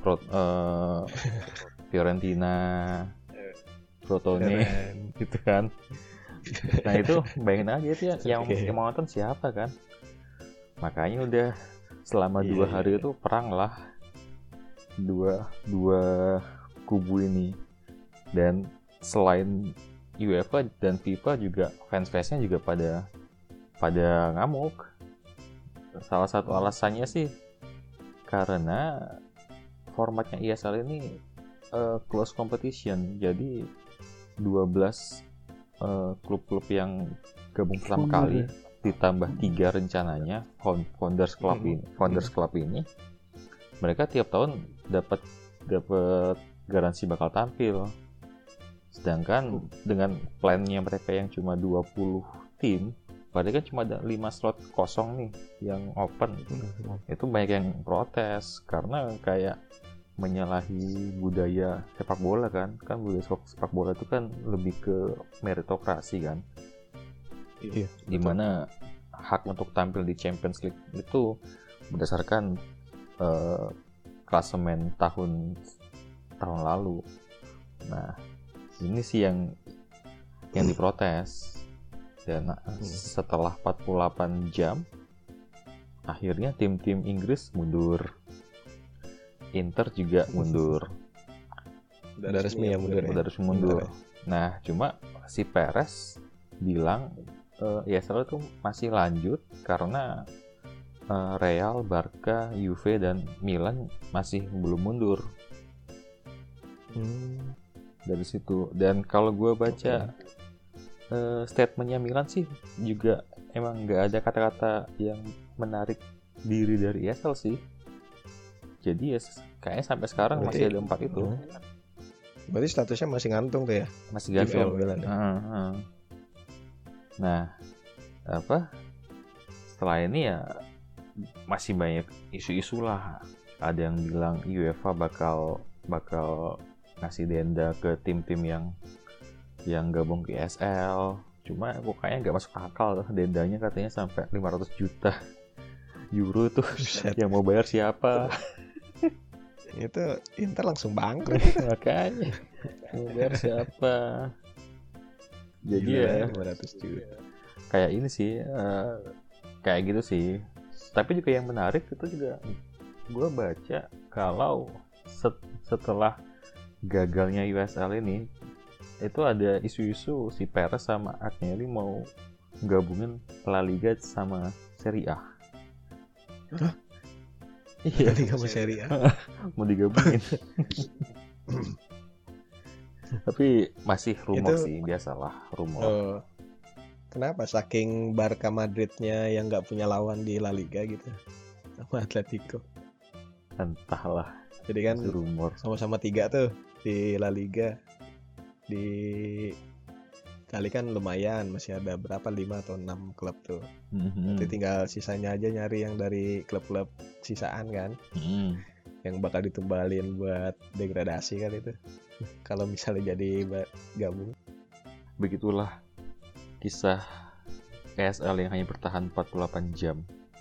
Fiorentina, Crotone gitu kan. Nah itu bayangin aja itu ya, yang mau nonton siapa kan. Makanya udah selama 2 hari itu perang lah dua kubu ini. Dan selain UEFA dan FIFA juga fans-fansnya juga pada ngamuk. Salah satu alasannya sih karena formatnya ESL ini close competition. Jadi 12 klub-klub yang gabung pertama kali ditambah 3 rencananya Founders Club ini mereka tiap tahun dapat garansi bakal tampil. Sedangkan dengan plannya mereka yang cuma 20 tim, berarti kan cuma ada 5 slot kosong nih yang open. Itu banyak yang protes karena kayak menyalahi budaya sepak bola kan budaya sepak bola itu kan lebih ke meritokrasi kan. Iya, dimana hak untuk tampil di Champions League itu berdasarkan klasemen tahun lalu. Nah ini sih yang diprotes. Dan setelah 48 jam akhirnya tim-tim Inggris mundur, Inter juga mundur. Udah resmi mundur. Nah cuma si Perez bilang ESL itu masih lanjut karena Real, Barca, Juve dan Milan masih belum mundur. Dari situ. Dan kalau gue baca statementnya Milan sih juga emang nggak ada kata-kata yang menarik diri dari ESL sih. Jadi ya kayaknya sampai sekarang masih ada 4 itu. Berarti statusnya masih gantung tuh ya? Masih gantung. Nah, setelah ini ya masih banyak isu-isu lah. Ada yang bilang UEFA bakal ngasih denda ke tim-tim yang gabung ke ESL. Cuma kayaknya nggak masuk akal dendanya, katanya sampai 500 juta euro tuh. Yang mau bayar siapa? Itu Inter langsung bangkrut. Makanya mau bayar siapa? Jadi ya 500 juta. Kayak ini sih, kayak gitu sih. Tapi juga yang menarik itu juga gue baca kalau setelah gagalnya USL ini, itu ada isu-isu si Perez sama Agnelli mau gabungin La Liga sama Serie A. Hah? Iya, Liga sama Serie A. Mau digabungin. Tapi masih rumor itu, sih, biasalah rumor. Kenapa saking Barca Madridnya yang nggak punya lawan di La Liga gitu sama Atletico? Entahlah. Jadi kan rumor. Sama-sama 3 tuh di La Liga. Di kali kan lumayan, masih ada berapa 5 atau 6 klub tuh. Nanti tinggal sisanya aja nyari yang dari klub-klub sisaan kan. Yang bakal ditumbalin buat degradasi kan itu. Kalau misalnya jadi gabung. Begitulah kisah ESL yang hanya bertahan 48 jam.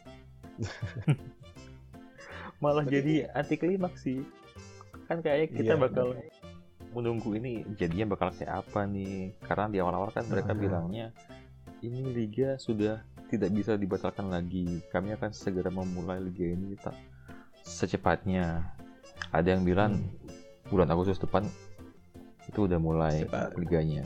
Malah jadi anti klimaks sih. Kan kayaknya kita bakal menunggu ini jadinya bakal kayak apa nih. Karena di awal-awal kan mereka bilangnya ini liga sudah tidak bisa dibatalkan lagi. Kami akan segera memulai liga ini secepatnya. Ada yang bilang bulan Agustus depan itu udah mulai liganya.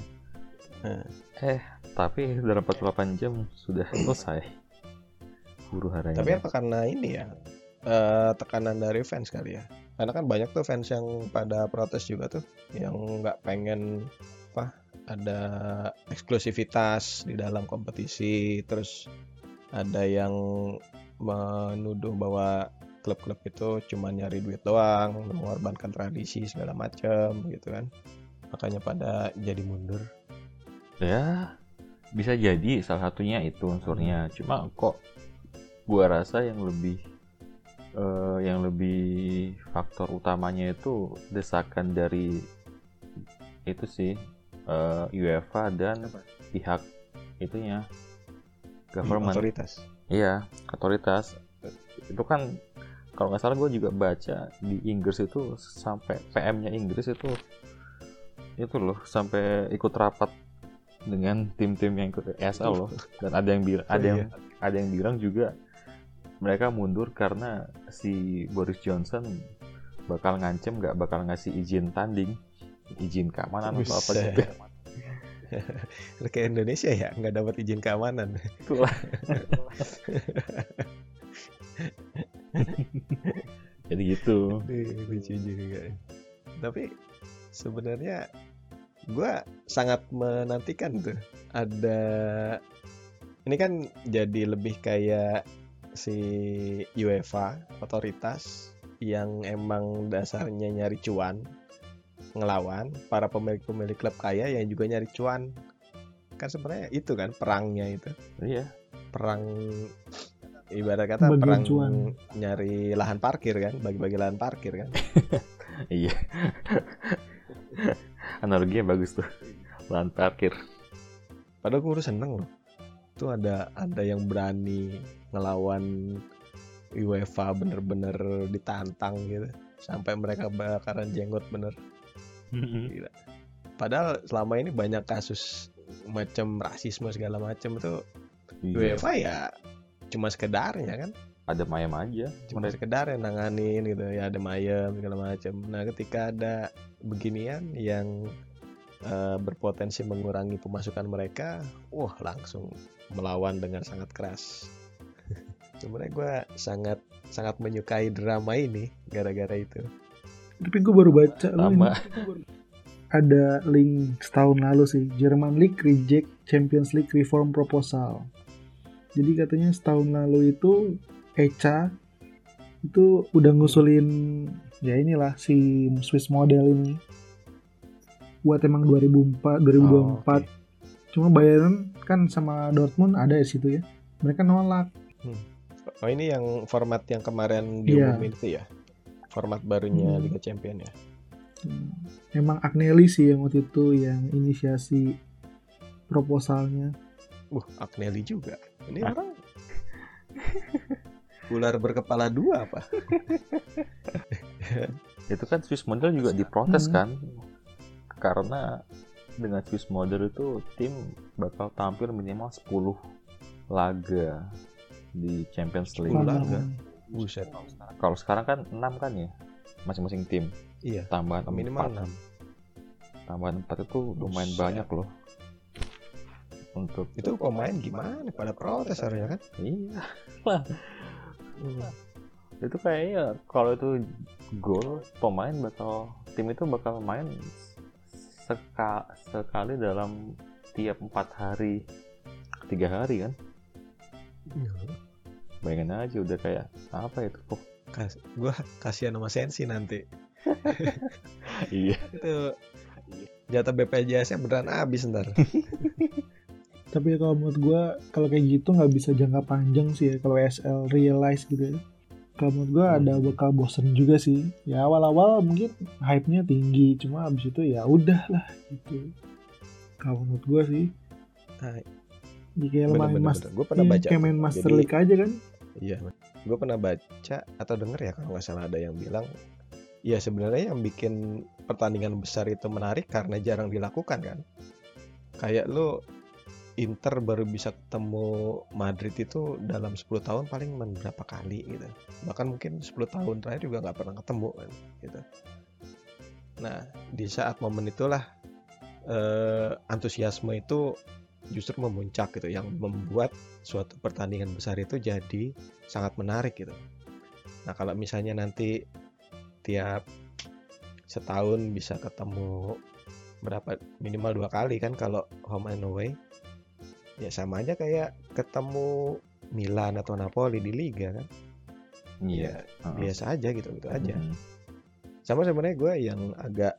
Tapi dalam 48 jam sudah selesai huru haranya. Tapi apa karena ini ya tekanan dari fans kali ya? Karena kan banyak tuh fans yang pada protes juga tuh, yang nggak pengen ada eksklusivitas di dalam kompetisi. Terus ada yang menuduh bahwa klub-klub itu cuma nyari duit doang, mengorbankan tradisi segala macam gitu kan. Makanya pada jadi mundur. Ya, bisa jadi salah satunya itu unsurnya. Cuma kok gua rasa yang lebih faktor utamanya itu desakan dari itu sih, UEFA dan pihak itunya government. Otoritas. Iya, otoritas. Itu kan kalau nggak salah gue juga baca di Inggris itu sampai PM-nya Inggris itu loh sampai ikut rapat dengan tim-tim yang ikut ESL loh. Dan ada yang bilang juga mereka mundur karena si Boris Johnson bakal ngancem nggak bakal ngasih izin tanding, izin keamanan atau apa gitu. Kayak Indonesia ya, nggak dapat izin keamanan. Itulah. Jadi gitu. Lucu juga. Tapi sebenarnya gue sangat menantikan tuh. Ini kan jadi lebih kayak si UEFA, otoritas yang emang dasarnya nyari cuan, ngelawan para pemilik klub kaya yang juga nyari cuan. Kan sebenarnya itu kan perangnya itu. Iya. Perang, ibarat kata Bagian perang cuan. nyari lahan parkir kan, bagi-bagi lahan parkir kan. Iya. Analoginya bagus tuh. Lahan parkir. Padahal gue udah seneng loh. Tuh ada yang berani ngelawan UEFA, bener-bener ditantang gitu. Sampai mereka bakaran jenggot bener. Gila. Padahal selama ini banyak kasus macam rasisme segala macam tuh. Iya. UEFA ya cuma sekedarnya kan. Ada mayam aja. Cuma sekedar yang nanganin gitu ya, ada mayem segala macam. Nah ketika ada beginian yang berpotensi mengurangi pemasukan mereka, wah langsung melawan dengan sangat keras. Sebenarnya gue sangat menyukai drama ini gara-gara itu. Tapi gue baru baca Sama. ada link setahun lalu sih, German League reject Champions League reform proposal. Jadi katanya setahun lalu itu ECA itu udah ngusulin ya inilah si Swiss model ini buat emang 2024. Okay. Cuma Bayern kan sama Dortmund ada di situ ya. Mereka nolak. Oh ini yang format yang kemarin diumumin itu ya? Format barunya Liga Champions ya? Emang Agnelli sih yang waktu itu yang inisiasi proposalnya. Agnelli juga. Ini orang ular berkepala dua apa? Itu kan Swiss model juga diprotes kan? Karena dengan Swiss model itu tim bakal tampil minimal 10 laga di Champions League. 10 laga? Buset. Kalau sekarang kan 6 kan ya? Masing-masing tim. Iya. Tambahan minimal 4. Tambahan 4 itu lumayan banyak loh. Untuk itu pemain gimana? Pada protes harusnya kan? Iya. Itu kayaknya kalau itu gol, tim itu bakal main sekali dalam tiap 4 hari, 3 hari kan? Bayangin aja udah kayak apa itu kok? Gue kasihan sama Sensi nanti. Iya. Itu jatah BPJS-nya beneran habis ntar. Tapi kalau menurut gue kalau kayak gitu nggak bisa jangka panjang sih ya kalau SL realize gitu ya. Kalau menurut gue ada bakal bosen juga sih. Ya awal-awal mungkin hype-nya tinggi, cuma abis itu ya udah lah gitu. Kalau menurut gue sih. Jadi kayak main Master, gue pernah baca. Kayak main Master League aja kan? Iya. Gue pernah baca atau denger ya kalau nggak salah ada yang bilang, ya sebenarnya yang bikin pertandingan besar itu menarik karena jarang dilakukan kan. Kayak lu Inter baru bisa ketemu Madrid itu dalam 10 tahun paling berapa kali gitu. Bahkan mungkin 10 tahun terakhir juga nggak pernah ketemu kan gitu. Nah di saat momen itulah antusiasme itu justru memuncak gitu, yang membuat suatu pertandingan besar itu jadi sangat menarik gitu. Nah kalau misalnya nanti tiap setahun bisa ketemu minimal 2 kali kan kalau home and away, ya sama aja kayak ketemu Milan atau Napoli di Liga kan. Iya. Biasa aja gitu aja. Sama sebenarnya gue yang agak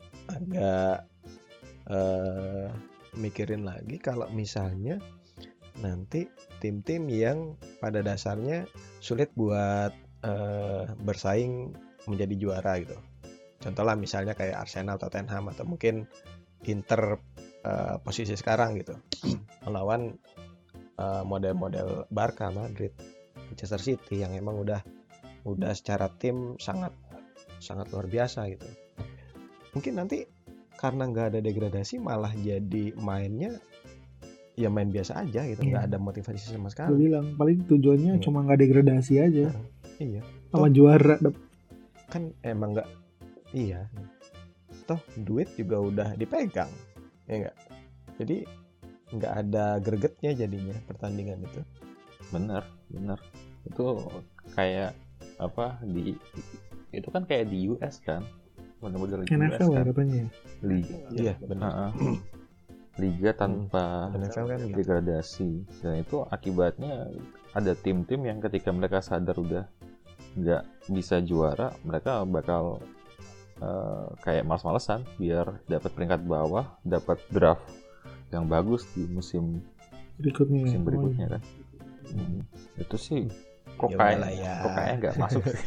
mikirin lagi kalau misalnya nanti tim-tim yang pada dasarnya sulit buat bersaing menjadi juara gitu. Contohnya misalnya kayak Arsenal, Tottenham, atau mungkin Inter, posisi sekarang gitu. Melawan model-model Barca, Madrid, Manchester City yang emang udah secara tim sangat luar biasa gitu. Mungkin nanti karena nggak ada degradasi malah jadi mainnya ya main biasa aja gitu, nggak ada motivasi sama Gue sekali. bilang paling tujuannya cuma nggak degradasi aja Iya. sama juara. Kan emang nggak, iya. Toh duit juga udah dipegang, ya nggak? Jadi nggak ada gregetnya jadinya pertandingan itu. Bener. Itu kayak apa itu kan kayak di US kan, model-model di US NFL ya kan. katanya. Liga. Iya benar. Liga tanpa NFL kan gitu. degradasi, dan itu akibatnya ada tim-tim yang ketika mereka sadar udah nggak bisa juara, mereka bakal kayak males-malesan biar dapat peringkat bawah, dapat draft yang bagus di musim berikutnya kan. Itu sih kok kayaknya nggak masuk sih.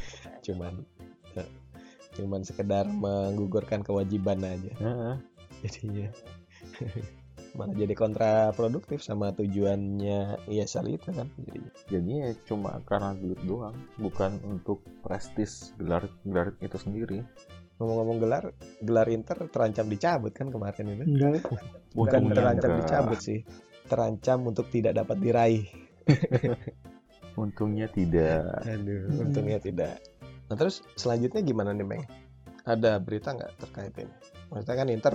cuman sekedar menggugurkan kewajiban aja. Jadinya malah jadi kontraproduktif sama tujuannya ESL itu kan. Jadinya cuma karena duit doang, bukan untuk prestis gelar itu sendiri. Ngomong-ngomong gelar Inter terancam dicabut kan kemarin itu. Enggak. Bukan terancam enggak. dicabut sih, terancam untuk tidak dapat diraih. Untungnya tidak. Untungnya tidak. Nah terus selanjutnya gimana nih Meng? Ada berita nggak terkait ini? Maksudnya kan Inter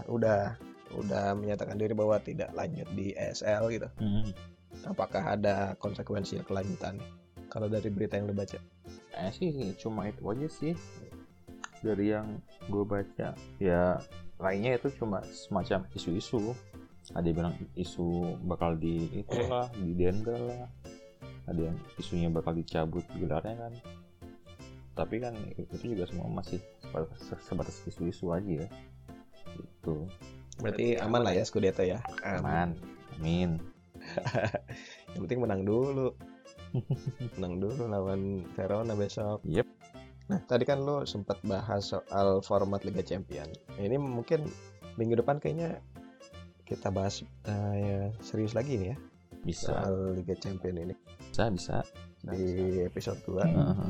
udah menyatakan diri bahwa tidak lanjut di ESL gitu. Apakah ada konsekuensi kelanjutannya? Kalau dari berita yang lo baca? Sih cuma itu aja sih dari yang gue baca. Ya lainnya itu cuma semacam isu-isu. Ada yang bilang isu bakal di denda lah. Ada yang isunya bakal dicabut gelarnya kan. Tapi kan itu juga semua masih sebatas isu-isu aja ya. Gitu. Berarti aman lah ya Scudetto ya. Aman. Amin. Yang penting menang dulu. Menang dulu lawan Verona besok. Yep. Nah tadi kan lo sempat bahas soal format Liga Champion. Ini mungkin minggu depan kayaknya kita bahas serius lagi nih ya. Bisa. Soal Liga Champion ini. Bisa. Di episode 2.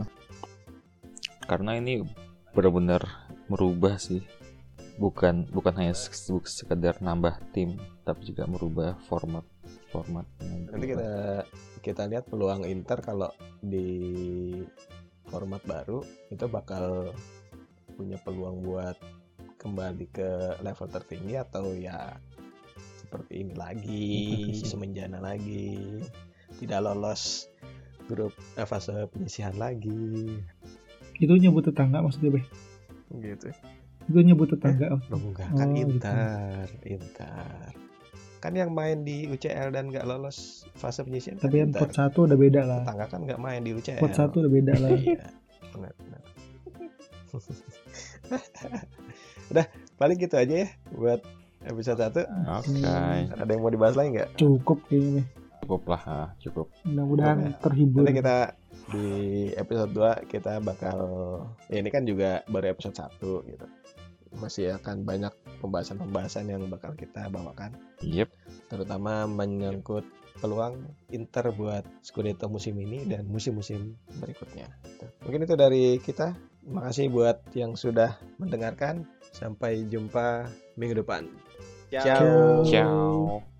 Karena ini benar-benar merubah sih. Bukan hanya sekedar nambah tim, tapi juga merubah formatnya. Nanti kita lihat peluang Inter kalau di format baru itu bakal punya peluang buat kembali ke level tertinggi atau ya seperti ini lagi, semenjana lagi, tidak lolos grup fase penyisihan lagi. Itu nyebut tetangga maksudnya, Beh? Gitu. Itu nyebut tetangga. Enggak, kan Inter. Kan yang main di UCL dan nggak lolos fase penyisihan. Tapi kan pot 1 udah beda lah. Tetangga kan nggak main di UCL. Pot 1 udah beda lah. Iya, benar. Udah, paling gitu aja ya buat episode 1. Okay. Ada yang mau dibahas lagi nggak? Cukup kayaknya. Cukup. Mudah-mudahan terhibur. Nanti kita di episode 2 kita bakal ini kan juga baru episode 1 gitu. Masih akan banyak pembahasan yang bakal kita bawakan. Yep. Terutama menyangkut peluang Inter buat Scudetto musim ini dan musim-musim berikutnya. Mungkin itu dari kita. Terima kasih buat yang sudah mendengarkan. Sampai jumpa minggu depan. Ciao. Ciao.